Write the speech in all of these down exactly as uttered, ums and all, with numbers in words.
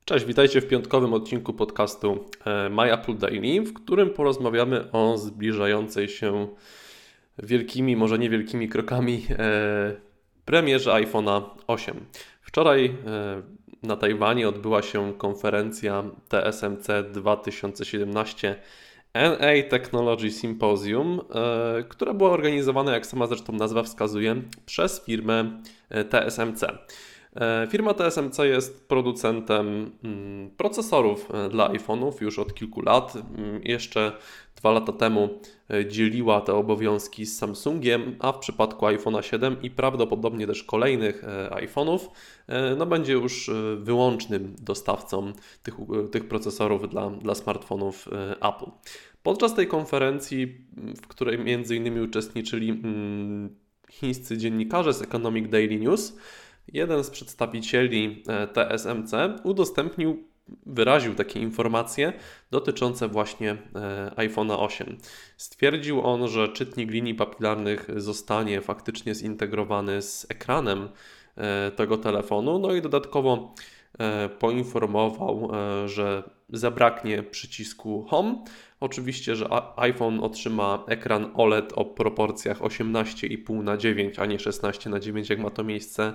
Cześć, witajcie w piątkowym odcinku podcastu My Apple Daily, w którym porozmawiamy o zbliżającej się wielkimi, może niewielkimi krokami premierze iPhone'a osiem. Wczoraj na Tajwanie odbyła się konferencja T S M C dwa tysiące siedemnaście N A Technology Symposium, która była organizowana, jak sama zresztą nazwa wskazuje, przez firmę T S M C. Firma T S M C jest producentem procesorów dla iPhone'ów już od kilku lat. Jeszcze dwa lata temu dzieliła te obowiązki z Samsungiem, a w przypadku iPhone'a siedem i prawdopodobnie też kolejnych iPhone'ów no będzie już wyłącznym dostawcą tych, tych procesorów dla, dla smartfonów Apple. Podczas tej konferencji, w której między innymi uczestniczyli chińscy dziennikarze z Economic Daily News, jeden z przedstawicieli T S M C udostępnił, wyraził takie informacje dotyczące właśnie iPhone'a osiem. Stwierdził on, że czytnik linii papilarnych zostanie faktycznie zintegrowany z ekranem tego telefonu, no i dodatkowo poinformował, że zabraknie przycisku Home. Oczywiście, że iPhone otrzyma ekran O L E D o proporcjach osiemnaście i pół na dziewięć, a nie szesnaście na dziewięć, jak ma to miejsce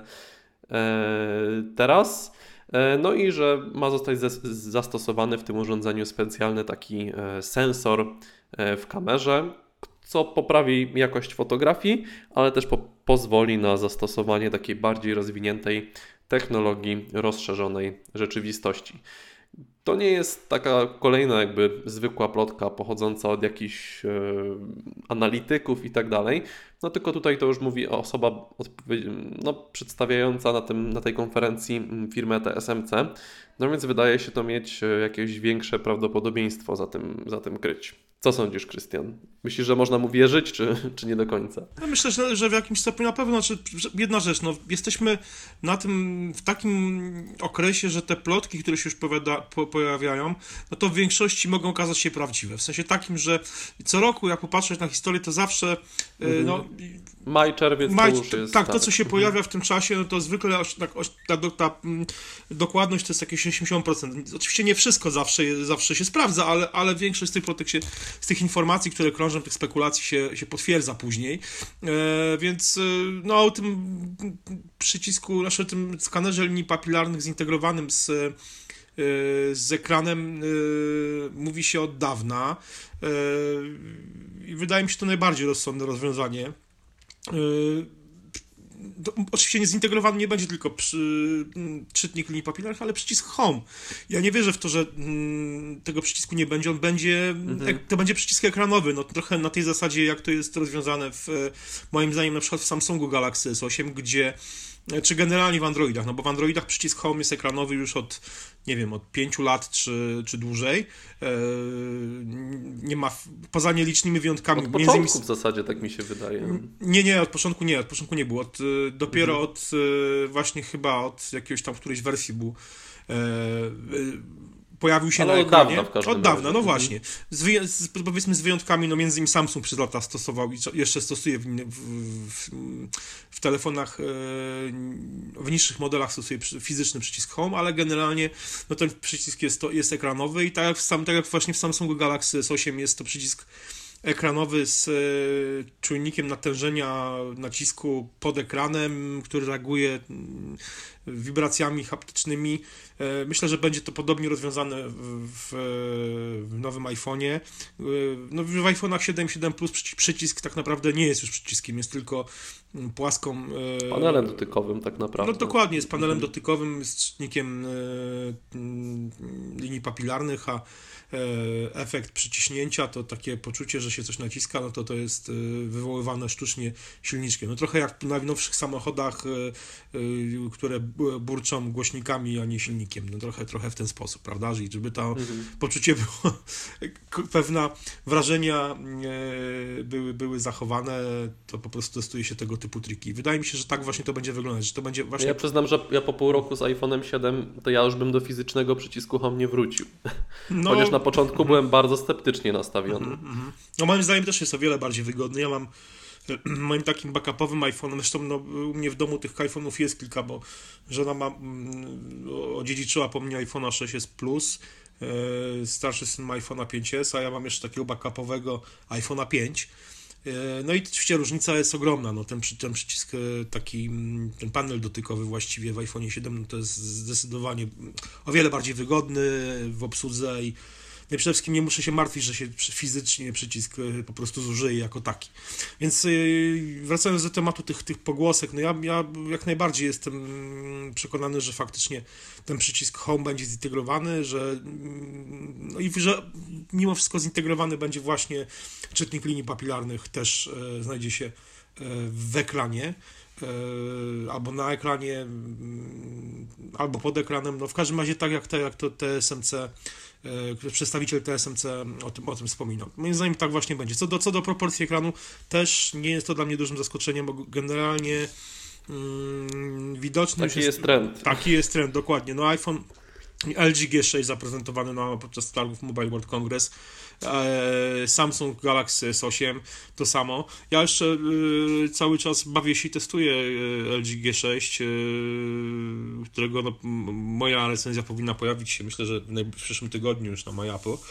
teraz. No i że ma zostać zastosowany w tym urządzeniu specjalny taki sensor w kamerze, co poprawi jakość fotografii, ale też po- pozwoli na zastosowanie takiej bardziej rozwiniętej technologii rozszerzonej rzeczywistości. To nie jest taka kolejna jakby zwykła plotka pochodząca od jakichś e, analityków i tak dalej, no tylko tutaj to już mówi osoba odpowiedzi- no, przedstawiająca na, tym, na tej konferencji firmę T S M C, no więc wydaje się to mieć jakieś większe prawdopodobieństwo za tym, za tym kryć. Co sądzisz, Krystian? Myślisz, że można mu wierzyć, czy, czy nie do końca? Ja myślę, że, że w jakimś stopniu na pewno, znaczy, jedna rzecz, no, jesteśmy na tym, w takim okresie, że te plotki, które się już powiada, po, pojawiają, no to w większości mogą okazać się prawdziwe. W sensie takim, że co roku, jak popatrzeć na historię, to zawsze mhm. no, Maj, czerwiec maj, to już jest... Tak, to co się mhm. pojawia w tym czasie, no to zwykle tak, ta, ta, ta dokładność to jest jakieś osiemdziesiąt procent. Oczywiście nie wszystko zawsze, zawsze się sprawdza, ale, ale większość z tych plotek się, z tych informacji, które krążą, tych spekulacji się, się potwierdza później. E, więc no o tym przycisku, znaczy o tym skanerze linii papilarnych zintegrowanym z z ekranem y, mówi się od dawna y, i wydaje mi się to najbardziej rozsądne rozwiązanie. Y, to, oczywiście nie zintegrowany nie będzie tylko przy, czytnik linii papilarnych, ale przycisk Home. Ja nie wierzę w to, że y, tego przycisku nie będzie. On będzie, mhm. e, to będzie przycisk ekranowy, no trochę na tej zasadzie, jak to jest rozwiązane w, moim zdaniem, na przykład w Samsungu Galaxy S osiem, gdzie czy generalnie w Androidach, no bo w Androidach przycisk Home jest ekranowy już od, nie wiem, od pięciu lat czy, czy dłużej. Eee, nie ma, poza nielicznymi wyjątkami. Od początku między... w zasadzie, tak mi się wydaje. Nie, nie, od początku nie, od początku nie było. Od, dopiero mhm. od właśnie chyba od jakiegoś tam którejś wersji był eee, pojawił się Ale na od ekranie. Dawna w każdym od dawna, razie. no właśnie. Z, wyja- z, powiedzmy z wyjątkami, no między innymi Samsung przez lata stosował i jeszcze stosuje w, w, w, w telefonach, e, w niższych modelach stosuje przy, fizyczny przycisk Home, ale generalnie no ten przycisk jest, to, jest ekranowy i tak jak, w sam, tak jak właśnie w Samsungu Galaxy S osiem jest to przycisk ekranowy z e, czujnikiem natężenia nacisku pod ekranem, który reaguje m, wibracjami haptycznymi. E, myślę, że będzie to podobnie rozwiązane w, w, w nowym iPhone'ie. E, no, w iPhone'ach siedem, siedem Plus przycisk tak naprawdę nie jest już przyciskiem, jest tylko płaską... E, panelem dotykowym tak naprawdę. No dokładnie, jest panelem mhm. dotykowym, z czytnikiem e, linii papilarnych, a efekt przyciśnięcia, to takie poczucie, że się coś naciska, no to to jest wywoływane sztucznie silniczkiem. No trochę jak na najnowszych samochodach, które burczą głośnikami, a nie silnikiem. No trochę, trochę w ten sposób, prawda? Żeby to mhm. poczucie było, pewne wrażenia były, były zachowane, to po prostu testuje się tego typu triki. Wydaje mi się, że tak właśnie to będzie wyglądać, że to będzie właśnie... Ja przyznam, że ja po pół roku z iPhone'em siedem, to ja już bym do fizycznego przycisku Home nie wrócił. No, chociaż na początku byłem bardzo sceptycznie nastawiony. Mm-hmm. No moim zdaniem też jest o wiele bardziej wygodny. Ja mam moim takim backupowym iPhone'em, zresztą no, u mnie w domu tych iPhone'ów jest kilka, bo żona ma mm, odziedziczyła po mnie iPhone'a sześć S Plus, e, starszy syn ma iPhone'a pięć S, a ja mam jeszcze takiego backupowego iPhone'a pięć. No i oczywiście różnica jest ogromna, no ten, ten przycisk taki, ten panel dotykowy właściwie w iPhone'ie siedem, no to jest zdecydowanie o wiele bardziej wygodny w obsłudze i no i przede wszystkim nie muszę się martwić, że się fizycznie przycisk po prostu zużyje jako taki. Więc wracając do tematu tych, tych pogłosek, no ja, ja jak najbardziej jestem przekonany, że faktycznie ten przycisk Home będzie zintegrowany, że, no i że mimo wszystko zintegrowany będzie właśnie czytnik linii papilarnych, też e, znajdzie się e, w ekranie, e, albo na ekranie, m, albo pod ekranem, no w każdym razie tak jak, te, jak to T S M C, e, przedstawiciel T S M C o tym, o tym wspominał. Moim zdaniem tak właśnie będzie. Co do, co do proporcji ekranu, też nie jest to dla mnie dużym zaskoczeniem, bo generalnie mm, widoczny taki jest, jest trend. Taki jest trend, dokładnie. No iPhone L G G sześć zaprezentowany na, podczas targów Mobile World Congress, e, Samsung Galaxy S osiem to samo. Ja jeszcze e, cały czas bawię się i testuję L G G sześć, e, którego no, moja recenzja powinna pojawić się, myślę, że w, naj- w przyszłym tygodniu już na MyApple. E,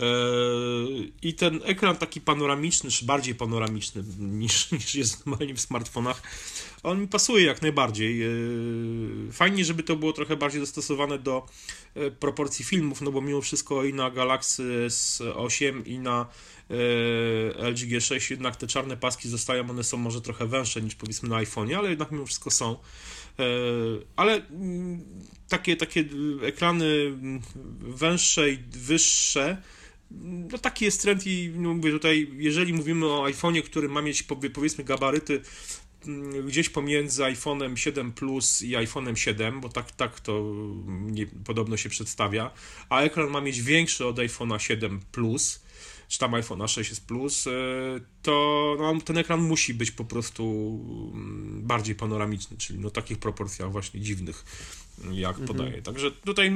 I ten ekran taki panoramiczny, czy bardziej panoramiczny niż, niż jest normalnie w smartfonach, on mi pasuje jak najbardziej. Fajnie, żeby to było trochę bardziej dostosowane do proporcji filmów, no bo mimo wszystko i na Galaxy S osiem i na L G G sześć jednak te czarne paski zostają, one są może trochę węższe niż powiedzmy na iPhone'ie, ale jednak mimo wszystko są. Ale takie, takie ekrany węższe i wyższe, no taki jest trend i no mówię tutaj, jeżeli mówimy o iPhone'ie, który ma mieć powiedzmy gabaryty gdzieś pomiędzy iPhone'em siedem Plus i iPhone'em siedem, bo tak, tak to nie, podobno się przedstawia, a ekran ma mieć większy od iPhone'a siedem Plus, czy tam iPhone'a sześć S Plus, to no, ten ekran musi być po prostu bardziej panoramiczny, czyli no takich proporcjach właśnie dziwnych, jak podaje. Mhm. Także tutaj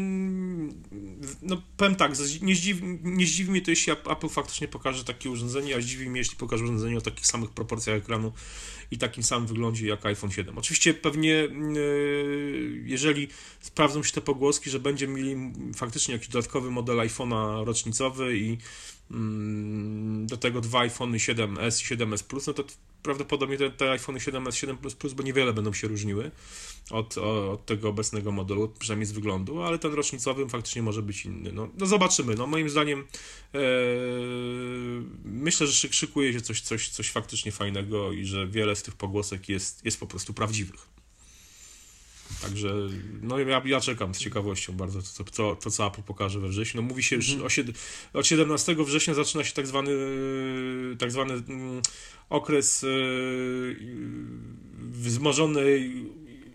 no powiem tak, nie zdziwi, nie zdziwi mnie to, jeśli Apple faktycznie pokaże takie urządzenie, a zdziwi mnie, jeśli pokaże urządzenie o takich samych proporcjach ekranu i takim samym wyglądzie jak iPhone siedem. Oczywiście pewnie jeżeli sprawdzą się te pogłoski, że będziemy mieli faktycznie jakiś dodatkowy model iPhone'a rocznicowy i do tego dwa iPhony siedem S i siedem S Plus, no to prawdopodobnie te, te iPhony siedem S, siedem Plus Plus, bo niewiele będą się różniły od, od tego obecnego modelu, przynajmniej z wyglądu, ale ten rocznicowy faktycznie może być inny. No, no zobaczymy. No moim zdaniem e, myślę, że szykuje się coś, coś, coś faktycznie fajnego i że wiele z tych pogłosek jest, jest po prostu prawdziwych. Także no ja, ja czekam z ciekawością bardzo to, to, to, co Apple pokaże we wrześniu. No mówi się już mm. o sied- od siedemnastego września zaczyna się tak zwany tak zwany mm, okres yy, wzmożonej,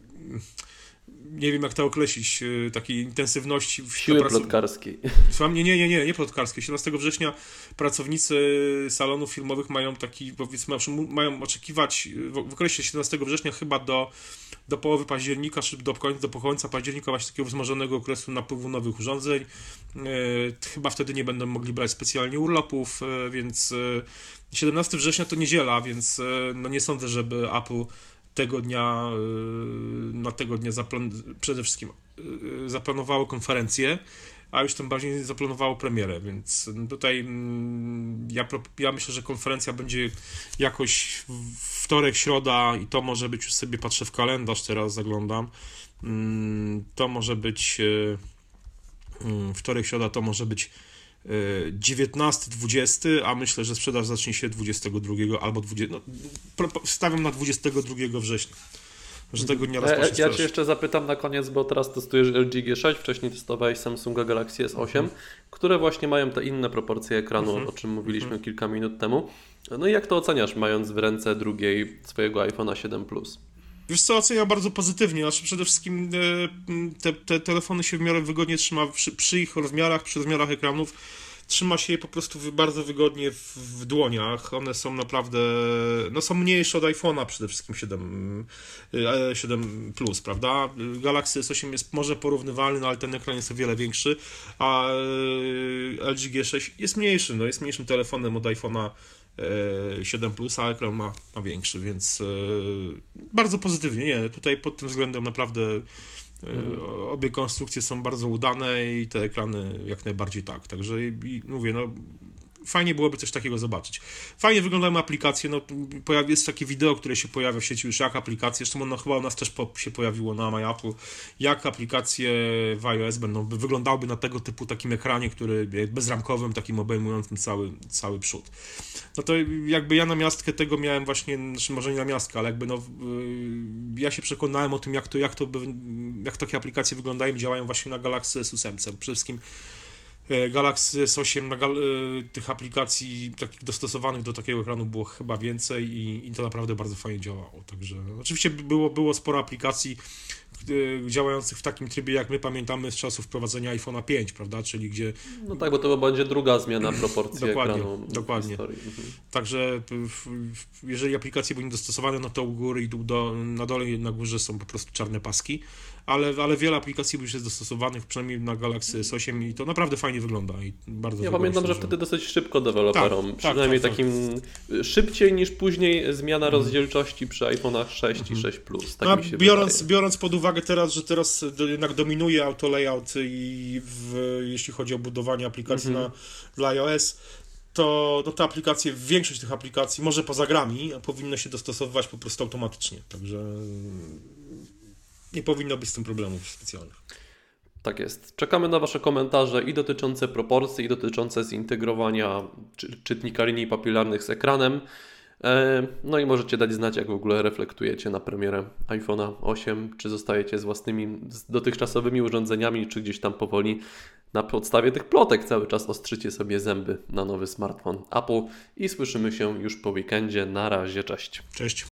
nie wiem jak to określić, yy, takiej intensywności w siły pracy... plotkarskiej. Słucham, nie, nie, nie, nie, nie plotkarskiej. siedemnastego września pracownicy salonów filmowych mają taki, powiedzmy, mają oczekiwać w okresie siedemnastego września chyba do do połowy października, czy do końca, do końca października właśnie takiego wzmożonego okresu napływu nowych urządzeń. E, chyba wtedy nie będą mogli brać specjalnie urlopów, e, więc e, siedemnastego września to niedziela, więc e, no nie sądzę, żeby Apple tego dnia, e, na tego dnia zaplan- przede wszystkim e, zaplanowało konferencję, a już tym bardziej zaplanowało premierę, więc tutaj ja, ja myślę, że konferencja będzie jakoś wtorek, środa i to może być, już sobie patrzę w kalendarz, teraz zaglądam, to może być wtorek, środa to może być dziewiętnasty, dwudziesty, a myślę, że sprzedaż zacznie się dwudziestego drugiego albo dwudziestego, no, stawiam na dwudziestego drugiego września. Że tego dnia ja, ja Cię jeszcze zapytam na koniec, bo teraz testujesz L G G sześć, wcześniej testowałeś Samsunga Galaxy S osiem, mhm. które właśnie mają te inne proporcje ekranu, mhm. o czym mówiliśmy mhm. kilka minut temu. No i jak to oceniasz, mając w ręce drugiej swojego iPhone'a siedem Plus? Wiesz co, oceniam bardzo pozytywnie. Znaczy przede wszystkim te, te telefony się w miarę wygodnie trzyma przy, przy ich rozmiarach, przy rozmiarach ekranów. Trzyma się je po prostu bardzo wygodnie w, w dłoniach. One są naprawdę, no są mniejsze od iPhone'a przede wszystkim siedem, siedem Plus, prawda? Galaxy S osiem jest może porównywalny, no ale ten ekran jest o wiele większy, a L G G sześć jest mniejszy, no jest mniejszym telefonem od iPhone'a siedem plus, a ekran ma, ma większy, więc bardzo pozytywnie. Nie, tutaj pod tym względem naprawdę mhm. obie konstrukcje są bardzo udane i te ekrany jak najbardziej tak. Także i, mówię, no fajnie byłoby coś takiego zobaczyć. Fajnie wyglądają aplikacje, no jest takie wideo, które się pojawia w sieci już jak aplikacje, zresztą ono chyba u nas też po, się pojawiło na MyApple, jak aplikacje w iOS będą wyglądały na tego typu takim ekranie, który bezramkowym, takim obejmującym cały, cały przód. No to jakby ja na miastkę tego miałem właśnie, znaczy może nie na miastkę, ale jakby no ja się przekonałem o tym, jak to, jak to, jak takie aplikacje wyglądają i działają właśnie na Galaxy S osiem. Przede wszystkim Galaxy S osiem, na gal- tych aplikacji takich dostosowanych do takiego ekranu było chyba więcej i, i to naprawdę bardzo fajnie działało. Także oczywiście było, było sporo aplikacji y, działających w takim trybie, jak my pamiętamy z czasów wprowadzenia iPhone'a pięć, prawda, czyli gdzie... No tak, bo to będzie druga zmiana proporcji dokładnie, ekranu. Dokładnie, mhm. Także w, w, jeżeli aplikacje były dostosowane, no to u góry i do, na dole i na górze są po prostu czarne paski, ale, ale wiele aplikacji już jest dostosowanych, przynajmniej na Galaxy S osiem i to naprawdę fajnie wygląda i bardzo Ja pamiętam, że wtedy dosyć szybko deweloperom, tak, przynajmniej tak, tak, takim tak. szybciej niż później zmiana mhm. rozdzielczości przy iPhone'ach sześć mhm. i sześć plus. Tak no, mi się biorąc, biorąc pod uwagę teraz, że teraz jednak dominuje auto layout i w, jeśli chodzi o budowanie aplikacji mhm. na, dla iOS, to no, te aplikacje, większość tych aplikacji, może poza grami, powinno się dostosowywać po prostu automatycznie. Także nie powinno być z tym problemów specjalnych. Tak jest. Czekamy na Wasze komentarze i dotyczące proporcji, i dotyczące zintegrowania czy, czytnika linii papilarnych z ekranem. No i możecie dać znać, jak w ogóle reflektujecie na premierę iPhone'a osiem, czy zostajecie z własnymi, z dotychczasowymi urządzeniami, czy gdzieś tam powoli na podstawie tych plotek cały czas ostrzycie sobie zęby na nowy smartfon Apple i słyszymy się już po weekendzie. Na razie, cześć. Cześć.